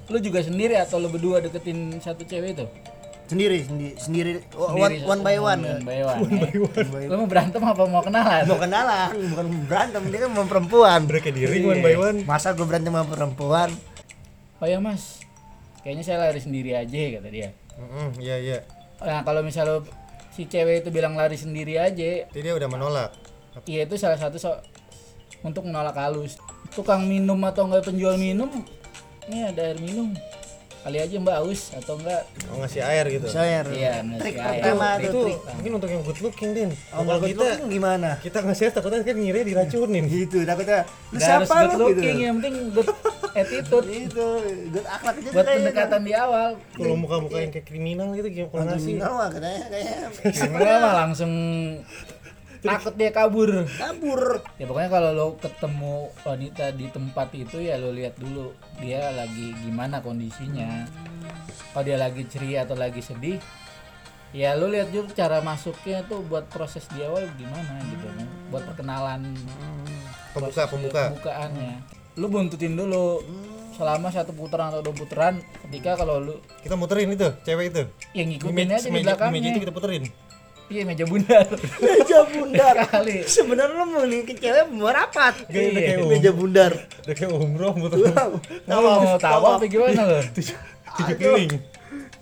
Lu juga sendiri atau lu berdua deketin satu cewek itu? Sendiri one by one. One by one. Lu mau berantem apa mau kenalan? Mau kenalan, bukan berantem, dia kan mau perempuan. Mereka diri one by one. Masa gue berantem sama perempuan? Oh ya mas, kayaknya saya lari sendiri aja kata dia. Iya. Nah kalau misalnya si cewek itu bilang lari sendiri aja, Jadi dia udah menolak. iya itu salah satu untuk menolak halus. Tukang minum atau enggak penjual minum, ini ada air minum. Kali aja mbak haus atau enggak? Oh, ngasih air gitu. Saya Iya, trik ngasih air. pertama Itu tuh trik. mungkin untuk yang good looking, Din. Oh, Kalau good looking gimana? kita ngasih air takutnya kan ngira diracunin. Gitu, takutnya lu Nggak harus siapa good lu looking, gitu. yang penting good attitude. Itu good akhlak aja Buat kayaknya. pendekatan di awal. Kalau muka-muka yang kayak kriminal gitu gimana kalau ngasih? Kriminal mah katanya kayak Gimana mah langsung takut dia kabur. kabur. Ya pokoknya kalau lo ketemu wanita di tempat itu ya lo lihat dulu dia lagi gimana kondisinya. Kalau dia lagi ceria atau lagi sedih, ya lo lihat dulu cara masuknya tuh buat proses di awal gimana gitu kan. Buat perkenalan, pembukaannya. Lo buntutin dulu selama 1 putaran atau 2 putaran. Ketika kalau lo Kita muterin itu, cewek itu. yang ngikutin aja di belakangnya. Meja itu kita puterin. Iya meja bundar. Meja bundar. Kali. Sebenarnya lu mau ke cewek mau rapat. Kayak Meja bundar. Udah kayak umroh muter. Mau tahu apa gimana lo? Tujuh keliling.